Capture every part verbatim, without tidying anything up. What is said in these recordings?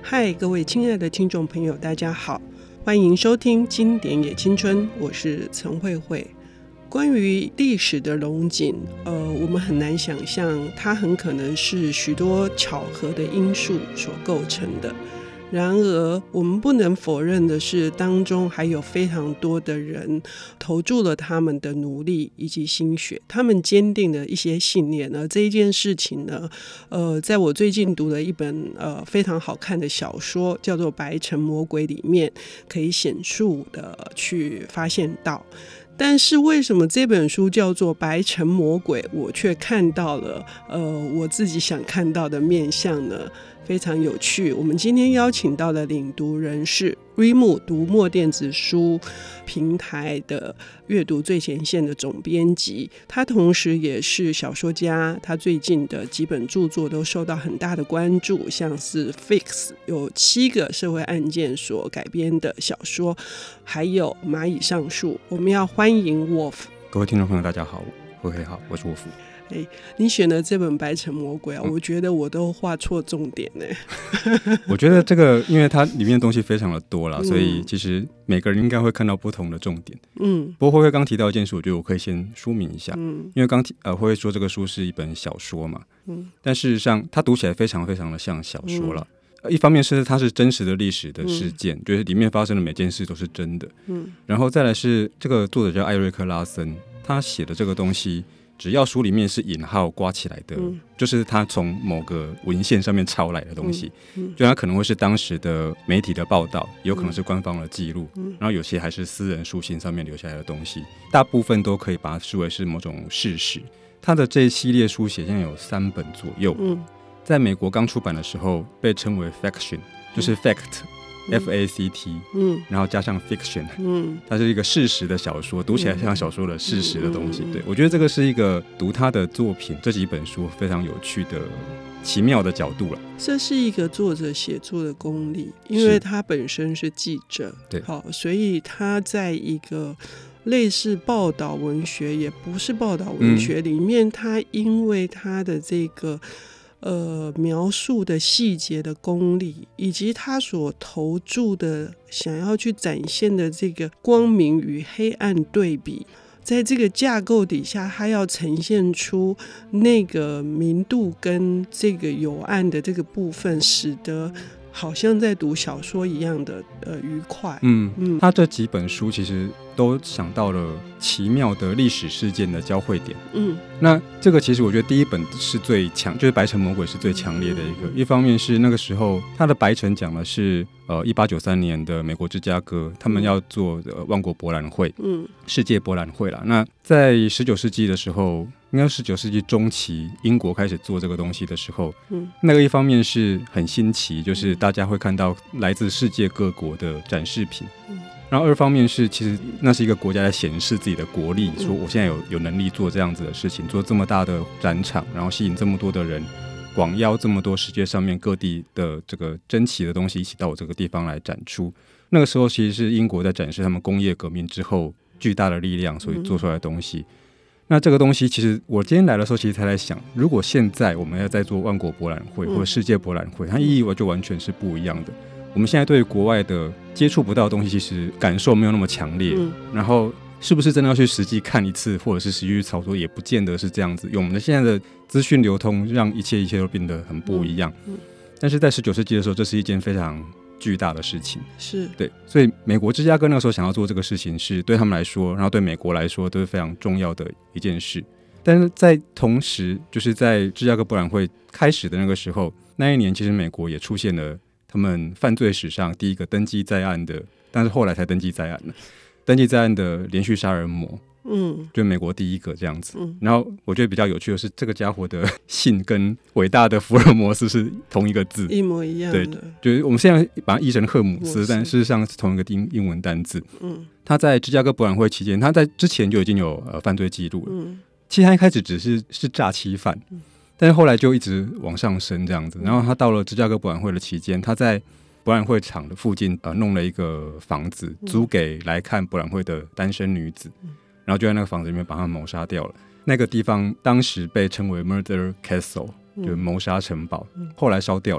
嗨，各位亲爱的听众朋友，大家好，欢迎收听经典也青春，我是陈慧慧。关于历史的龙井，呃，我们很难想象它很可能是许多巧合的因素所构成的。然而我们不能否认的是，当中还有非常多的人投注了他们的努力以及心血，他们坚定的一些信念。而这一件事情呢，呃，在我最近读了一本呃非常好看的小说，叫做《白城魔鬼》里面，可以显著的去发现到。但是为什么这本书叫做《白城魔鬼》，我却看到了呃我自己想看到的面向呢？非常有趣。我们今天邀请到的领读人是 Readmoo 读墨电子书平台的阅读最前线的总编辑，他同时也是小说家，他最近的几本著作都受到很大的关注，像是 Fix 有七个社会案件所改编的小说，还有蚂蚁上树。我们要欢迎 Wolf。 各位听众朋友大家好，慧慧好，我是 Wolf。 欸、你选的这本《白城魔鬼》啊、嗯，我觉得我都画错重点呢。 我觉得这个，因为它里面的东西非常的多啦、嗯，所以其实每个人应该会看到不同的重点。嗯，不过慧慧刚提到一件事，我觉得我可以先说明一下。嗯，因为刚呃慧慧说这个书是一本小说嘛，嗯，但事实上它读起来非常非常的像小说了。嗯，一方面是它是真实的历史的事件、嗯，就是里面发生的每件事都是真的。嗯，然后再来是这个作者叫艾瑞克拉森，他写的这个东西。只要书里面是引号刮起来的、嗯、就是他从某个文献上面抄来的东西、嗯嗯、就它可能会是当时的媒体的报道，有可能是官方的记录、嗯、然后有些还是私人书信上面留下来的东西，大部分都可以把它视为是某种事实。他的这一系列书写现在有三本左右、嗯、在美国刚出版的时候被称为 Faction， 就是 Fact、嗯F A C T， 嗯，然后加上 fiction， 嗯，它是一个事实的小说，读起来像小说的事实的东西。对，我觉得这个是一个读他的作品这几本书非常有趣的奇妙的角度了。 这是一个作者写作的功力，因为他本身是记者， 对， 好，所以他在一个类似报道文学，也不是报道文学里面，嗯、他因为他的这个。呃，描述的细节的功力，以及他所投注的想要去展现的这个光明与黑暗对比，在这个架构底下，他要呈现出那个明度跟这个有暗的这个部分，使得好像在读小说一样的呃愉快。嗯嗯，他这几本书其实都想到了奇妙的历史事件的交汇点。嗯，那这个其实我觉得第一本是最强，就是《白城魔鬼》是最强烈的一个。嗯、一方面是那个时候他的白城讲的是呃一八九三年的美国芝加哥，他们要做、呃、万国博览会，嗯，世界博览会啦。那在十九世纪的时候。应该十九世纪中期英国开始做这个东西的时候、嗯、那个一方面是很新奇，就是大家会看到来自世界各国的展示品、嗯、然后二方面是其实那是一个国家在显示自己的国力、嗯、说我现在 有, 有能力做这样子的事情，做这么大的展场，然后吸引这么多的人，广邀这么多世界上面各地的这个珍奇的东西一起到我这个地方来展出。那个时候其实是英国在展示他们工业革命之后巨大的力量所以做出来的东西、嗯，那这个东西其实我今天来的时候其实才在想，如果现在我们要再做万国博览会或者世界博览会、嗯、它意义就完全是不一样的。我们现在对国外的接触不到的东西其实感受没有那么强烈、嗯、然后是不是真的要去实际看一次或者是实际去操作也不见得是这样子，因为我们的现在的资讯流通让一切一切都变得很不一样、嗯嗯、但是在十九世纪的时候这是一件非常巨大的事情， 是对，所以美国芝加哥那个时候想要做这个事情是对他们来说，然后对美国来说都是非常重要的一件事。但是在同时，就是在芝加哥博览会开始的那个时候，那一年其实美国也出现了他们犯罪史上第一个登记在案的，但是后来才登记在案了，登记在案的连续杀人魔。嗯，就美国第一个这样子、嗯、然后我觉得比较有趣的是这个家伙的姓跟伟大的福尔摩斯是同一个字， 一模一样的。 对，就是我们现在把它译成赫姆斯，但事实上是同一个英英文单字。嗯，他在芝加哥博览会期间，他在之前就已经有、呃、犯罪记录了。嗯，其实他一开始只是是诈欺犯、嗯、但是后来就一直往上升这样子。然后他到了芝加哥博览会的期间，他在博览会场的附近、呃、弄了一个房子租给来看博览会的单身女子、嗯，然后就在那个房子里面把他们谋杀掉了。那个地方当时被称为 Murder Castle， 就是谋杀城堡、嗯、后来烧掉了。我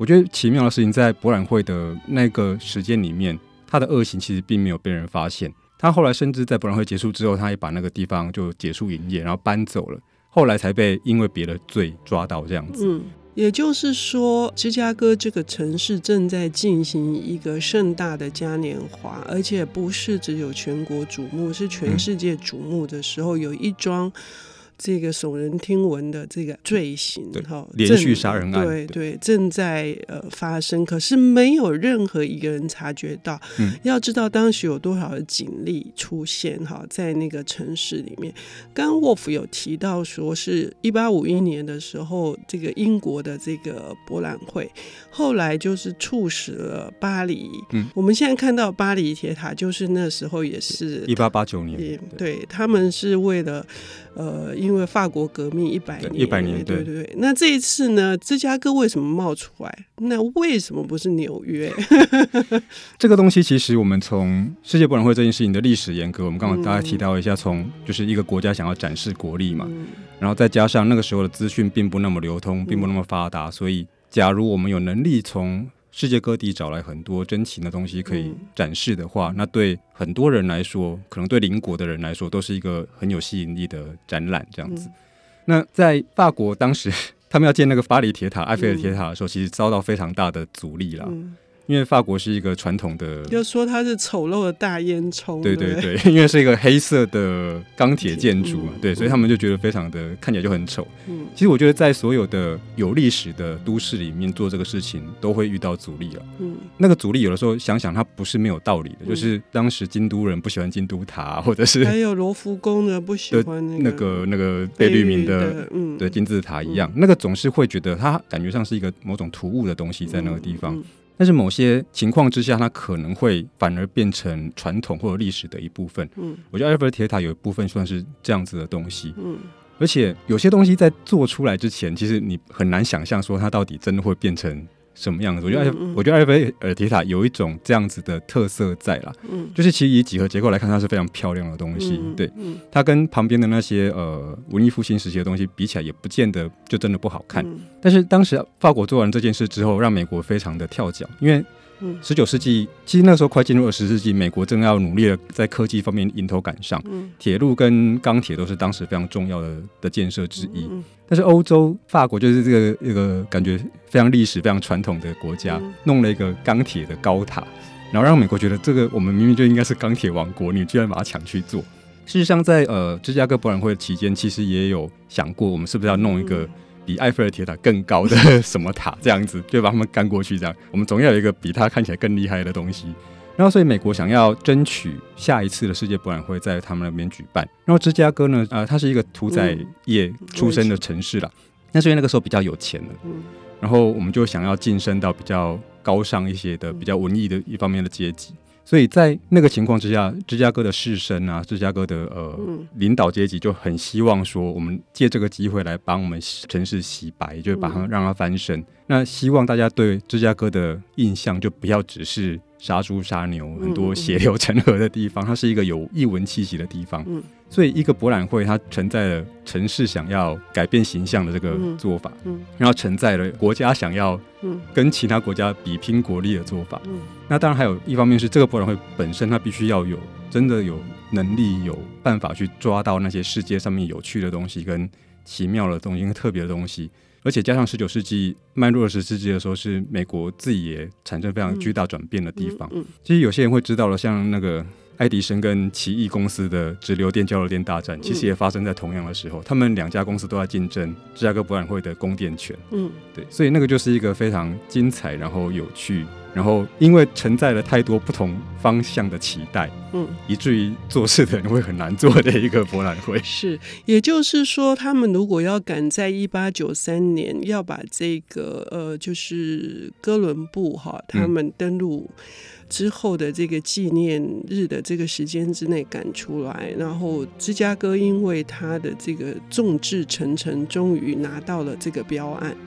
我觉得奇妙的事情在博览会的那个时间里面，他的恶行其实并没有被人发现。他后来甚至在博览会结束之后，他也把那个地方就结束营业，然后搬走了，后来才被因为别的罪抓到这样子。 嗯，也就是说芝加哥这个城市正在进行一个盛大的嘉年华，而且不是只有全国瞩目，是全世界瞩目的时候，有一桩这个耸人听闻的这个罪行， 连续杀人案， 对对，正在呃发生，可是没有任何一个人察觉到。嗯、要知道当时有多少的警力出现哈，在那个城市里面。刚刚沃夫有提到说，是一八五一年的时候，这个英国的这个博览会，后来就是促使了巴黎。嗯，我们现在看到巴黎铁塔，就是那时候也是一八八九年， 对，对他们是为了。呃，因为法国革命一百年， 一百年， 对对对。那这一次呢，芝加哥为什么冒出来？那为什么不是纽约？ 这个东西其实我们从世界博览会这件事情的历史沿革，我们刚刚大概提到一下，从就是一个国家想要展示国力嘛，嗯、然后再加上那个时候的资讯并不那么流通，并不那么发达，嗯、所以假如我们有能力从世界各地找来很多珍奇的东西可以展示的话，嗯、那对很多人来说，可能对邻国的人来说，都是一个很有吸引力的展览这样子。嗯、那在法国当时他们要建那个巴黎铁塔、埃菲尔铁塔的时候，嗯、其实遭到非常大的阻力啦。嗯，因为法国是一个传统的， 就说它是丑陋的大烟囱， 对对对，因为是一个黑色的钢铁建筑嘛，嗯、对，所以他们就觉得非常的看起来就很丑。嗯，其实我觉得在所有的有历史的都市里面做这个事情，都会遇到阻力了。嗯，那个阻力有的时候想想它不是没有道理的，嗯、就是当时京都人不喜欢京都塔，或者是还有罗浮宫的不喜欢那个那个那个贝聿铭的嗯的金字塔一样，嗯、那个总是会觉得它感觉上是一个某种突兀的东西在那个地方。嗯嗯但是某些情况之下，它可能会反而变成传统或者历史的一部分。嗯，我觉得埃菲尔铁塔有一部分算是这样子的东西。嗯，而且有些东西在做出来之前，其实你很难想象说它到底真的会变成什么样子。我觉得，嗯嗯我觉得埃菲尔铁塔有一种这样子的特色在啦。嗯，就是其实以几何结构来看，它是非常漂亮的东西。嗯、对，嗯、它跟旁边的那些呃文艺复兴时期的东西比起来，也不见得就真的不好看。嗯、但是当时法国做完这件事之后，让美国非常的跳脚，因为十九世纪其实那时候快进入二十世纪，美国正要努力的在科技方面迎头赶上。嗯、铁路跟钢铁都是当时非常重要的的建设之一。嗯、但是欧洲法国就是这个一个感觉非常历史非常传统的国家，嗯、弄了一个钢铁的高塔，然后让美国觉得这个我们明明就应该是钢铁王国，你居然把它抢去做。事实上在呃芝加哥博览会期间，其实也有想过我们是不是要弄一个比埃菲尔铁塔更高的什么塔，这样子就把他们赶过去，这样我们总要有一个比它看起来更厉害的东西。然后所以美国想要争取下一次的世界博览会在他们那边举办。然后芝加哥呢，呃，它是一个屠宰业出身的城市啦，那、嗯、所以那个时候比较有钱了。嗯、然后我们就想要晋升到比较高尚一些的、比较文艺的一方面的阶级。所以在那个情况之下，芝加哥的士绅啊，芝加哥的呃、嗯、领导阶级就很希望说，我们借这个机会来帮我们城市洗白，就把它让它翻身。嗯、那希望大家对芝加哥的印象就不要只是杀猪杀牛、很多血流成河的地方，它是一个有艺文气息的地方。嗯、所以一个博览会，它承载了城市想要改变形象的这个做法，嗯嗯、然后承载了国家想要跟其他国家比拼国力的做法。嗯、那当然还有一方面是这个博览会本身，它必须要有真的有能力、有办法去抓到那些世界上面有趣的东西、跟奇妙的东西、跟特别的东西。而且加上十九世纪迈入二十世纪的时候，是美国自己也产生非常巨大转变的地方。嗯嗯嗯、其实有些人会知道了，像那个爱迪生跟奇异公司的直流电交流电大战，其实也发生在同样的时候。他们两家公司都在竞争芝加哥博览会的供电权。嗯，对，所以那个就是一个非常精彩，然后有趣，然后因为承载了太多不同方向的期待，嗯，以至于做事的人会很难做的一个博览会。 是，也就是说，他们如果要赶在一八九三年要把这个呃，就是哥伦布哈他们登陆之后的这个纪念日的这个时间之内赶出来，然后芝加哥因为他的这个众志成城，终于拿到了这个标案。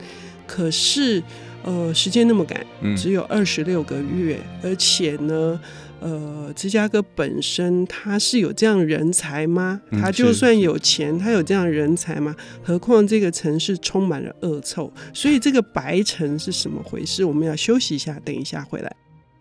可是呃，时间那么赶，只有二十六个月，嗯、而且呢，呃，芝加哥本身它是有这样人才吗？它就算有钱，它有这样人才吗？何况这个城市充满了恶臭，所以这个白城是什么回事？我们要休息一下，等一下回来。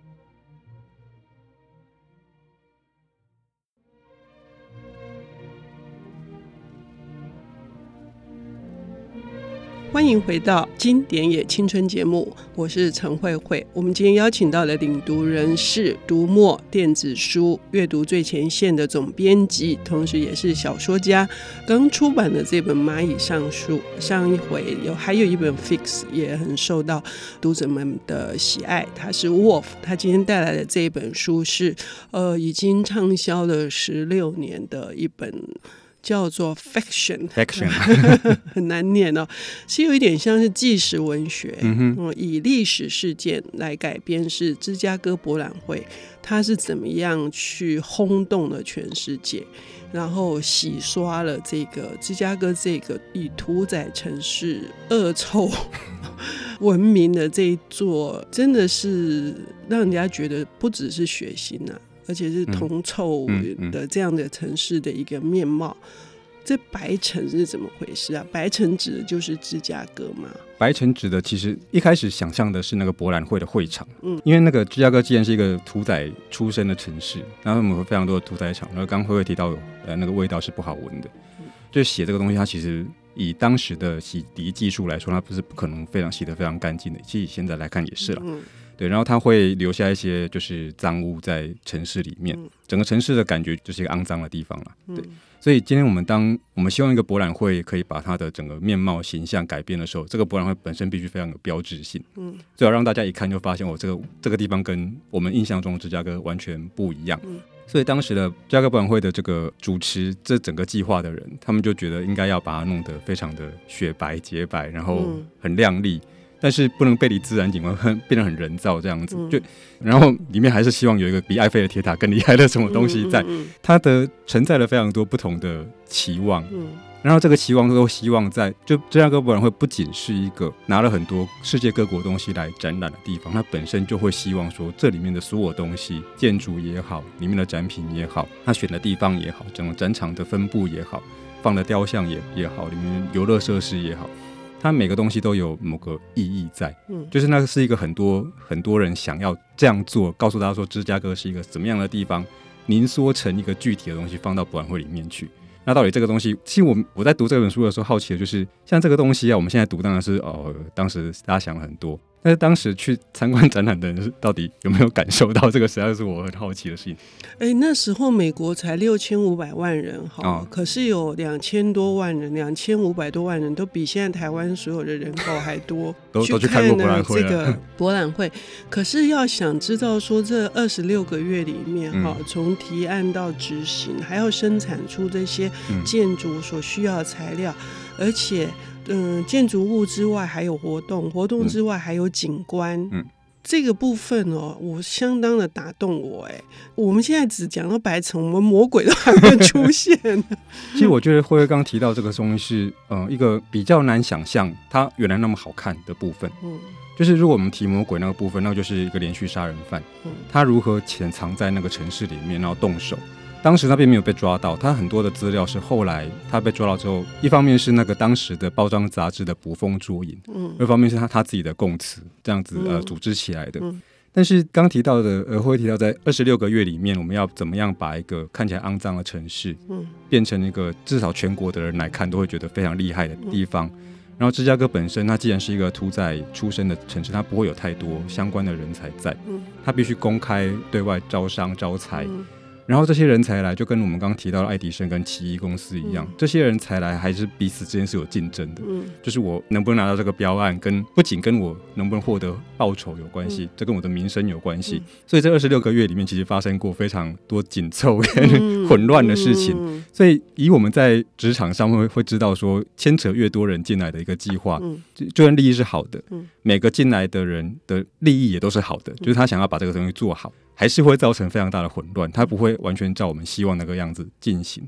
欢迎回到经典也青春节目，我是陈慧慧。我们今天邀请到的领读人是读墨电子书阅读最前线的总编辑，同时也是小说家。刚出版的这本《蚂蚁上树》，上一回有还有一本《Fix》也很受到读者们的喜爱，他是 Wolf。他今天带来的这一本书是呃已经畅销了十六年的一本。叫做 Fiction， Fiction 很难念哦，是有一点像是纪实文学，嗯嗯、以历史事件来改编，是芝加哥博览会，它是怎么样去轰动了全世界，然后洗刷了这个芝加哥这个以屠宰城市恶臭闻名的这一座，真的是让人家觉得不只是血腥啊，而且是铜臭的这样的城市的一个面貌。嗯嗯嗯、这白城是怎么回事啊？白城指的就是芝加哥吗？ 白城指的其实一开始想象的是那个博览会的会场，嗯，因为那个芝加哥既然是一个屠宰出身的城市，然后我们有非常多的屠宰场，然后刚刚慧慧提到有呃那个味道是不好闻的，嗯、就写这个东西，它其实以当时的洗涤技术来说，它不是不可能非常洗得非常干净的，其实现在来看也是了。嗯对，然后它会留下一些就是脏污在城市里面，嗯、整个城市的感觉就是一个肮脏的地方了。对，嗯、所以今天我们当我们希望一个博览会可以把它的整个面貌形象改变的时候，这个博览会本身必须非常有标志性，嗯，最好让大家一看就发现哦，这个这个地方跟我们印象中的芝加哥完全不一样。嗯，所以当时的芝加哥博览会的这个主持这整个计划的人，他们就觉得应该要把它弄得非常的雪白洁白，然后很亮丽。嗯但是不能背离自然景观，变得很人造这样子。就然后里面还是希望有一个比埃菲尔铁塔更厉害的什么东西在，它的承载了非常多不同的期望。然后这个期望都希望在就芝加哥博览会不仅是一个拿了很多世界各国东西来展览的地方，它本身就会希望说这里面的所有东西，建筑也好，里面的展品也好，它选的地方也好，整个展场的分布也好，放的雕像 也, 也好，里面游乐设施也好。它每个东西都有某个意义在，嗯，就是那是一个很多很多人想要这样做，告诉大家说芝加哥是一个怎么样的地方，凝缩成一个具体的东西放到博览会里面去。那到底这个东西，其实 我, 我在读这本书的时候好奇的就是像这个东西啊，我们现在读当然是哦，当时大家想了很多，但是当时去参观展览的人到底有没有感受到这个，实在是我很好奇的事情。 哎，那时候美国才六千五百万人哈，哦、可是有两千多万人，两千五百多万人都比现在台湾所有的人口还多， 都都去看过博览会了。 这个博览会，可是要想知道说这二十六个月里面哈，从、嗯、提案到执行，还要生产出这些建筑所需要的材料，嗯、而且。嗯，建筑物之外还有活动，活动之外还有景观。嗯，这个部分哦，我相当的打动我。哎，我们现在只讲到白城，我们魔鬼都还没出现。 其实我觉得慧慧刚刚提到这个东西是，呃，一个比较难想象它原来那么好看的部分。嗯，就是如果我们提魔鬼那个部分，那就是一个连续杀人犯，嗯、他如何潜藏在那个城市里面，然后动手。当时他并没有被抓到，他很多的资料是后来他被抓到之后，一方面是那个当时的报章杂志的捕风捉影，嗯，二方面是他他自己的供词这样子呃组织起来的。嗯、但是刚提到的呃会提到在二十六个月里面，我们要怎么样把一个看起来肮脏的城市，嗯，变成一个至少全国的人来看都会觉得非常厉害的地方。嗯、然后芝加哥本身，它既然是一个屠宰出身的城市，它不会有太多相关的人才在，嗯，它必须公开对外招商招财。嗯，然后这些人才来，就跟我们刚刚提到的爱迪生跟奇异公司一样，嗯、这些人才来还是彼此之间是有竞争的，嗯、就是我能不能拿到这个标案，跟不仅跟我能不能获得报酬有关系，嗯、这跟我的名声有关系。嗯、所以这二十六个月里面，其实发生过非常多紧凑跟混乱的事情。嗯嗯、所以以我们在职场上会会知道说，牵扯越多人进来的一个计划，嗯、就, 就算利益是好的，嗯、每个进来的人的利益也都是好的，嗯、就是他想要把这个东西做好。还是会造成非常大的混乱，它不会完全照我们希望那个样子进行。嗯、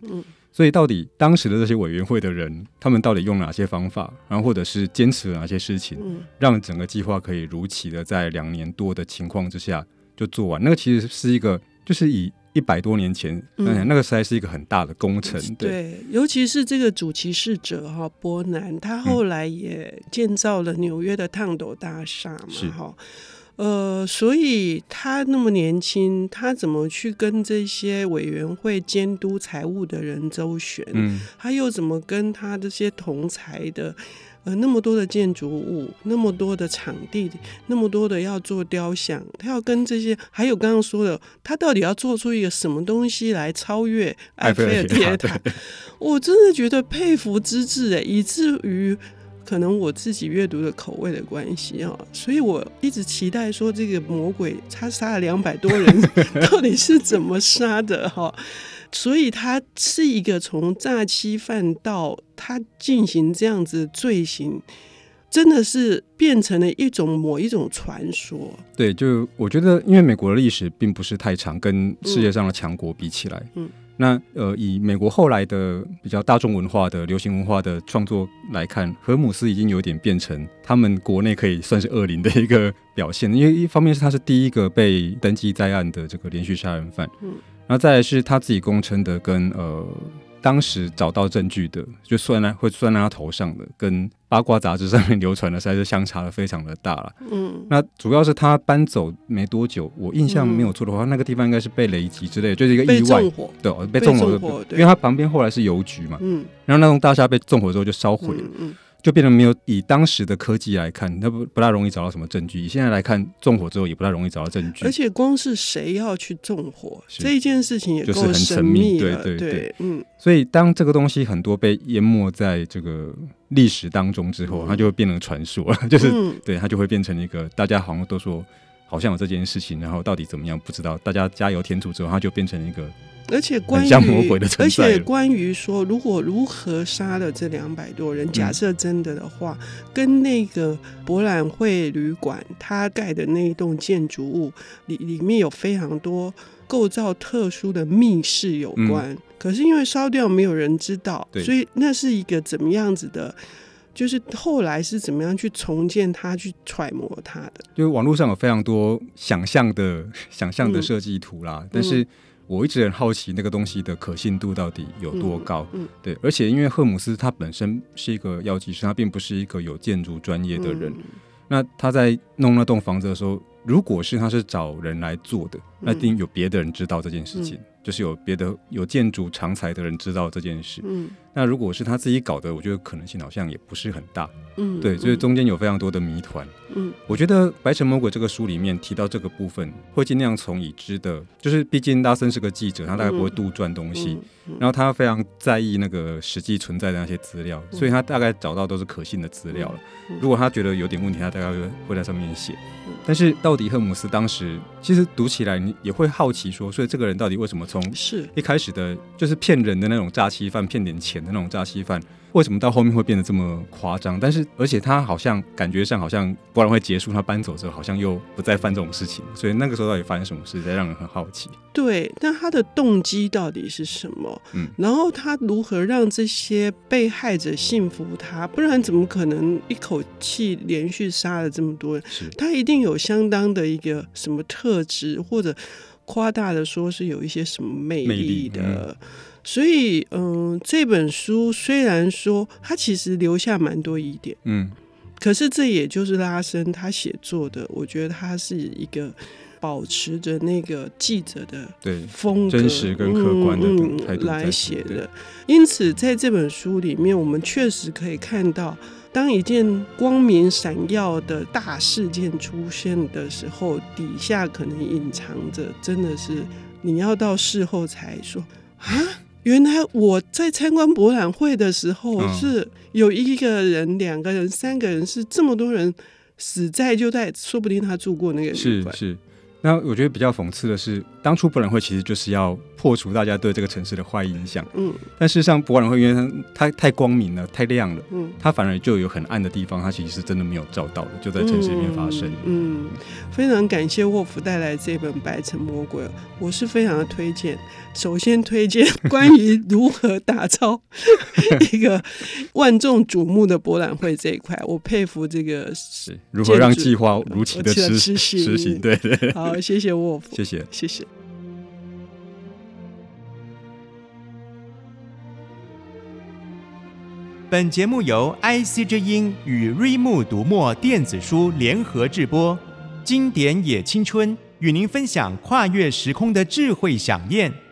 所以到底当时的这些委员会的人，他们到底用哪些方法，然后或者是坚持了哪些事情，嗯、让整个计划可以如期的在两年多的情况之下就做完？那个其实是一个，就是以一百多年前，嗯，那个实在是一个很大的工程。对， 对，尤其是这个主骑士者哈波南，他后来也建造了纽约的烫斗大厦嘛，哈。呃，所以他那么年轻，他怎么去跟这些委员会监督财务的人周旋？嗯，他又怎么跟他这些同财的呃那么多的建筑物，那么多的场地，那么多的要做雕像，他要跟这些，还有刚刚说的，他到底要做出一个什么东西来超越埃菲尔铁塔？我真的觉得佩服之至哎，以至于。可能我自己阅读的口味的关系啊，所以我一直期待说这个魔鬼他杀了两百多人到底是怎么杀的哈？所以他是一个从诈欺犯到他进行这样子的罪行，真的是变成了一种某一种传说。 对，就我觉得因为美国的历史并不是太长，跟世界上的强国比起来，嗯。嗯那呃，以美国后来的比较大众文化的流行文化的创作来看，荷姆斯已经有点变成他们国内可以算是恶灵的一个表现，因为一方面是他是第一个被登记在案的这个连续杀人犯，嗯，然后再来是他自己供称的跟呃当时找到证据的，就算在会算在他头上的，跟八卦杂志上面流传的实在是相差的非常的大了。嗯，那主要是他搬走没多久，我印象没有错的话，嗯、那个地方应该是被雷击之类的，就是一个意外， 被纵火， 对，被纵火，火因为他旁边后来是邮局嘛，嗯，然后那栋大厦被纵火之后就烧毁了。嗯嗯就变得没有以当时的科技来看，那不不大容易找到什么证据。以现在来看，纵火之后也不大容易找到证据。 而且光是谁要去纵火这一件事情也够神秘了， 就是、对对 对, 对，嗯。所以当这个东西很多被淹没在这个历史当中之后，嗯、它就会变成传说了，就是、嗯、对它就会变成一个大家好像都说好像有这件事情，然后到底怎么样不知道，大家加油添醋之后，它就变成一个。 而且关于而且关于说，如果如何杀了这两百多人，假设真的的话，嗯、跟那个博览会旅馆它盖的那一栋建筑物里里面有非常多构造特殊的密室有关。嗯、可是因为烧掉没有人知道，所以那是一个怎么样子的？就是后来是怎么样去重建它，去揣摩它的？ 就是网络上有非常多想象的想象的设计图啦，嗯、但是。我一直很好奇那个东西的可信度到底有多高，嗯嗯、对，而且因为赫姆斯他本身是一个药剂师，他并不是一个有建筑专业的人，嗯、那他在弄那栋房子的时候，如果是他是找人来做的，那一定有别的人知道这件事情，嗯、就是有别的有建筑常才的人知道这件事，嗯、那如果是他自己搞的，我觉得可能性好像也不是很大，嗯、对，所以中间有非常多的谜团。嗯、我觉得《白城魔鬼》这个书里面提到这个部分，会尽量从已知的，就是毕竟拉森是个记者，他大概不会杜撰东西，嗯嗯、然后他非常在意那个实际存在的那些资料，嗯、所以他大概找到都是可信的资料了。嗯、如果他觉得有点问题，他大概会在上面写。嗯、但是到底赫姆斯当时其实读起来你也会好奇说，所以这个人到底为什么从一开始的就是骗人的那种诈欺犯，骗点钱的那种诈欺犯，为什么到后面会变得这么夸张？但是而且他好像感觉上好像不然会结束，他搬走之后好像又不再犯这种事情，所以那个时候到底发生什么事，才让人很好奇。 对，但他的动机到底是什么？嗯，然后他如何让这些被害者信服他？不然怎么可能一口气连续杀了这么多人？他一定有相当的一个什么特质，或者夸大的说是有一些什么魅力的。魅力嗯所以，嗯，这本书虽然说它其实留下蛮多疑点，嗯，可是这也就是拉森他写作的，我觉得他是一个保持着那个记者的风格、 真实跟客观的态度、嗯、 来写的。因此，在这本书里面，我们确实可以看到，当一件光明闪耀的大事件出现的时候，底下可能隐藏着真的是你要到事后才说啊。原来我在参观博览会的时候是有一个人、两个人、三个人，是这么多人死在就在，说不定他住过那个旅馆。 是是。那我觉得比较讽刺的是，当初博览会其实就是要破除大家对这个城市的坏印象。嗯，但事实上博览会因为它太光明了，太亮了，嗯，它反而就有很暗的地方，它其实是真的没有照到的，就在城市里面发生。 嗯，嗯非常感谢沃夫带来这本《白城魔鬼》，我是非常的推荐。首先推荐关于如何打造一个万众瞩目的博览会这一块，我佩服这个是如何让计划如期的实行。对对， 好，谢谢沃夫， 谢谢谢谢。 本节目由 I C 之音与瑞木读墨电子书联合制播，经典也青春与您分享跨越时空的智慧饗宴。